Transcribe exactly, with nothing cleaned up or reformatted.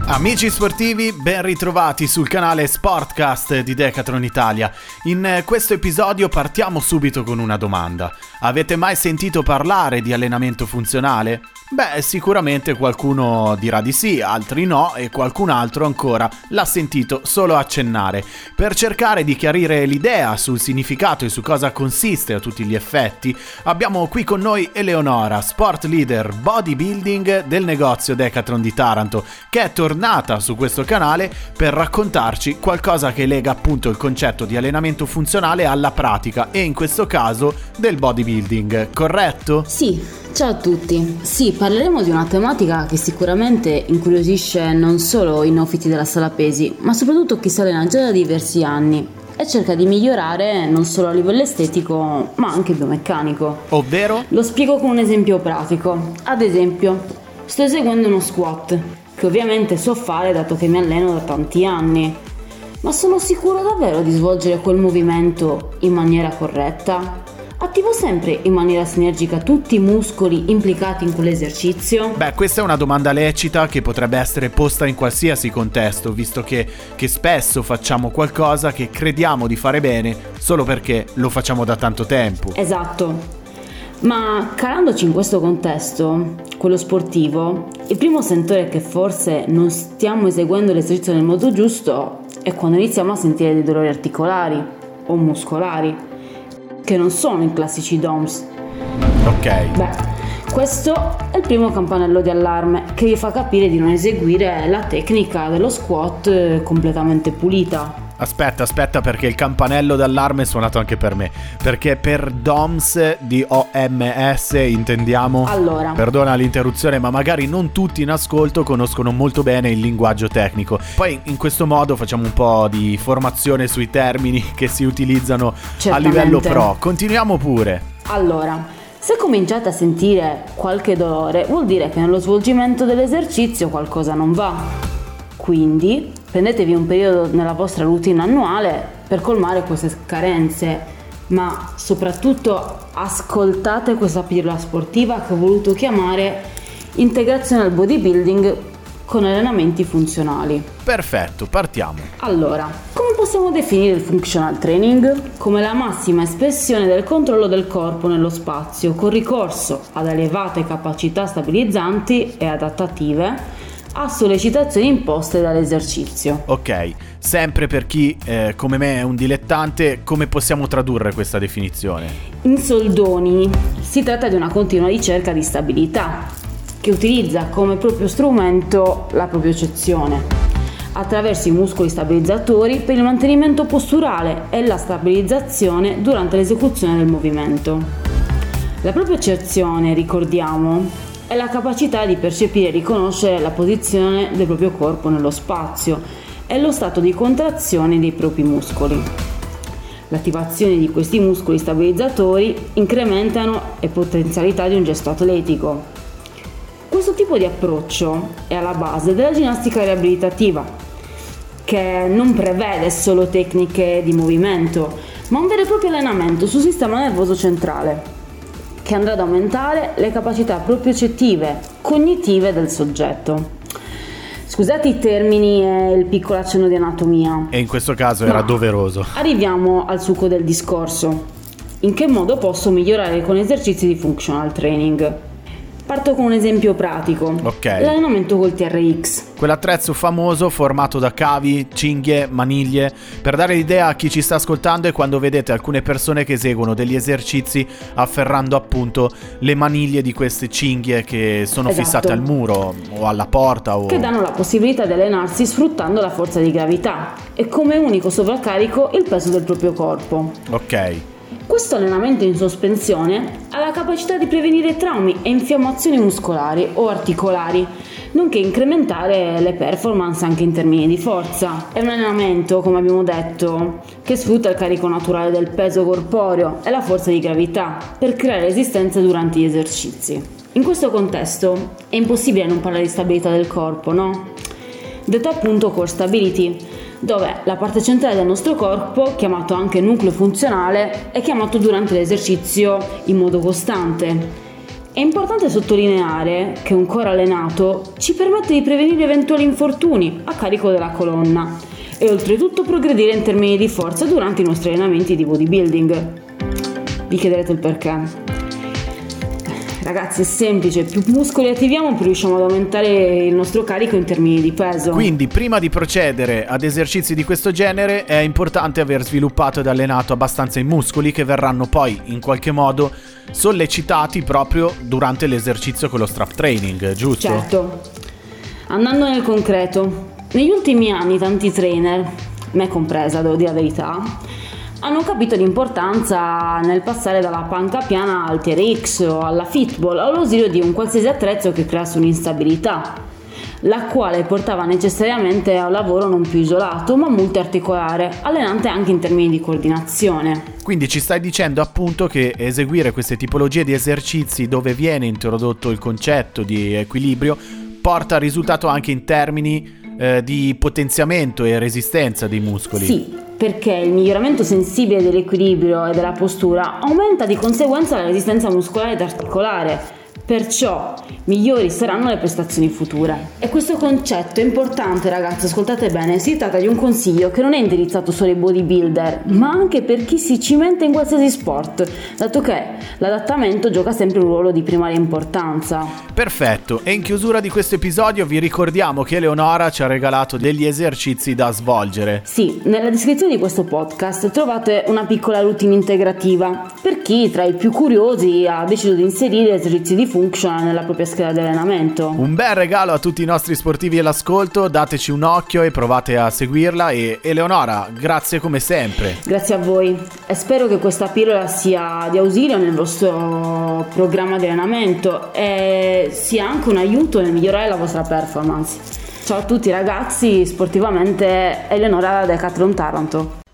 Amici sportivi, ben ritrovati sul canale Sportcast di Decathlon Italia. In questo episodio partiamo subito con una domanda. Avete mai sentito parlare di allenamento funzionale? Beh, sicuramente qualcuno dirà di sì, altri no e qualcun altro ancora l'ha sentito solo accennare. Per cercare di chiarire l'idea sul significato e su cosa consiste a tutti gli effetti, abbiamo qui con noi Eleonora, sport leader bodybuilding del negozio Decathlon di Taranto, che è tornata su questo canale per raccontarci qualcosa che lega appunto il concetto di allenamento funzionale alla pratica e in questo caso del bodybuilding, corretto? Sì, ciao a tutti. Sì, parleremo di una tematica che sicuramente incuriosisce non solo i neofiti della sala pesi, ma soprattutto chi si allena già da diversi anni e cerca di migliorare non solo a livello estetico, ma anche biomeccanico. Ovvero? Lo spiego con un esempio pratico. Ad esempio, sto eseguendo uno squat, che ovviamente so fare dato che mi alleno da tanti anni. Ma sono sicuro davvero di svolgere quel movimento in maniera corretta? Attivo sempre in maniera sinergica tutti i muscoli implicati in quell'esercizio? Beh, questa è una domanda lecita che potrebbe essere posta in qualsiasi contesto, visto che, che spesso facciamo qualcosa che crediamo di fare bene solo perché lo facciamo da tanto tempo. Esatto. Ma calandoci in questo contesto, quello sportivo, il primo sentore che forse non stiamo eseguendo l'esercizio nel modo giusto è quando iniziamo a sentire dei dolori articolari o muscolari, che non sono i classici D O M S. Ok. Beh, questo è il primo campanello di allarme che vi fa capire di non eseguire la tecnica dello squat completamente pulita. Aspetta, aspetta, perché il campanello d'allarme è suonato anche per me. Perché per D O M S, D O M S intendiamo... Allora, perdona l'interruzione, ma magari non tutti in ascolto conoscono molto bene il linguaggio tecnico. Poi in questo modo facciamo un po' di formazione sui termini che si utilizzano certamente. A livello pro. Continuiamo pure. Allora, se cominciate a sentire qualche dolore, vuol dire che nello svolgimento dell'esercizio qualcosa non va. Quindi prendetevi un periodo nella vostra routine annuale per colmare queste carenze, ma soprattutto ascoltate questa pillola sportiva che ho voluto chiamare integrazione al bodybuilding con allenamenti funzionali. Perfetto, partiamo. Allora, come possiamo definire il functional training? Come la massima espressione del controllo del corpo nello spazio con ricorso ad elevate capacità stabilizzanti e adattative a sollecitazioni imposte dall'esercizio. Ok, sempre per chi eh, come me è un dilettante, come possiamo tradurre questa definizione? In soldoni si tratta di una continua ricerca di stabilità che utilizza come proprio strumento la propriocezione attraverso i muscoli stabilizzatori per il mantenimento posturale e la stabilizzazione durante l'esecuzione del movimento. La propriocezione, ricordiamo, è la capacità di percepire e riconoscere la posizione del proprio corpo nello spazio e lo stato di contrazione dei propri muscoli. L'attivazione di questi muscoli stabilizzatori incrementano le potenzialità di un gesto atletico. Questo tipo di approccio è alla base della ginnastica riabilitativa, che non prevede solo tecniche di movimento, ma un vero e proprio allenamento sul sistema nervoso centrale, che andrà ad aumentare le capacità propriocettive, cognitive del soggetto. Scusate i termini e il piccolo accenno di anatomia. E in questo caso era doveroso. Arriviamo al succo del discorso. In che modo posso migliorare con esercizi di functional training? Parto con un esempio pratico. Ok. L'allenamento col T R X. Quell'attrezzo famoso formato da cavi, cinghie, maniglie. Per dare l'idea a chi ci sta ascoltando è quando vedete alcune persone che eseguono degli esercizi afferrando appunto le maniglie di queste cinghie che sono esatto. fissate al muro o alla porta o... che danno la possibilità di allenarsi sfruttando la forza di gravità e come unico sovraccarico il peso del proprio corpo. Ok. Questo allenamento in sospensione ha la capacità di prevenire traumi e infiammazioni muscolari o articolari, nonché incrementare le performance anche in termini di forza. È un allenamento, come abbiamo detto, che sfrutta il carico naturale del peso corporeo e la forza di gravità per creare resistenza durante gli esercizi. In questo contesto è impossibile non parlare di stabilità del corpo, no? Detto appunto core stability, dove la parte centrale del nostro corpo, chiamato anche nucleo funzionale, è chiamato durante l'esercizio in modo costante È importante sottolineare che un core allenato ci permette di prevenire eventuali infortuni a carico della colonna e oltretutto progredire in termini di forza durante i nostri allenamenti di bodybuilding. Vi chiederete il perché. Ragazzi, è semplice, più muscoli attiviamo più riusciamo ad aumentare il nostro carico in termini di peso. Quindi prima di procedere ad esercizi di questo genere è importante aver sviluppato ed allenato abbastanza i muscoli che verranno poi in qualche modo sollecitati proprio durante l'esercizio con lo strength training, giusto? Certo. Andando nel concreto, negli ultimi anni tanti trainer, me compresa devo dire la verità, hanno capito l'importanza nel passare dalla panca piana al T R X o alla Fitball all'ausilio di un qualsiasi attrezzo che creasse un'instabilità, la quale portava necessariamente a un lavoro non più isolato ma multiarticolare, allenante anche in termini di coordinazione. Quindi ci stai dicendo appunto che eseguire queste tipologie di esercizi dove viene introdotto il concetto di equilibrio porta al risultato anche in termini eh, di potenziamento e resistenza dei muscoli. Sì, perché il miglioramento sensibile dell'equilibrio e della postura aumenta di conseguenza la resistenza muscolare ed articolare, perciò migliori saranno le prestazioni future. E questo concetto è importante, ragazzi, ascoltate bene, si tratta di un consiglio che non è indirizzato solo ai bodybuilder, ma anche per chi si cimenta in qualsiasi sport, dato che l'adattamento gioca sempre un ruolo di primaria importanza. Perfetto, e in chiusura di questo episodio vi ricordiamo che Eleonora ci ha regalato degli esercizi da svolgere. Sì, nella descrizione di questo podcast trovate una piccola routine integrativa per chi tra i più curiosi ha deciso di inserire esercizi di function nella propria scheda di allenamento. Un bel regalo a tutti i nostri sportivi all'ascolto, dateci un occhio e provate a seguirla. E Eleonora, grazie come sempre. Grazie a voi e spero che questa pillola sia di ausilio nel vostro programma di allenamento e sia anche un aiuto nel migliorare la vostra performance. Ciao a tutti ragazzi, sportivamente Eleonora da Decathlon Taranto.